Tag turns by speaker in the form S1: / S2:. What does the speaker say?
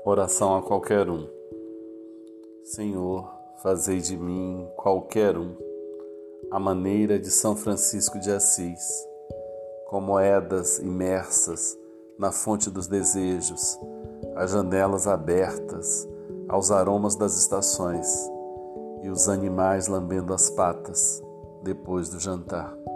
S1: Oração a qualquer um. Senhor, fazei de mim qualquer um, à maneira de São Francisco de Assis, com moedas imersas na fonte dos desejos, as janelas abertas aos aromas das estações e os animais lambendo as patas depois do jantar.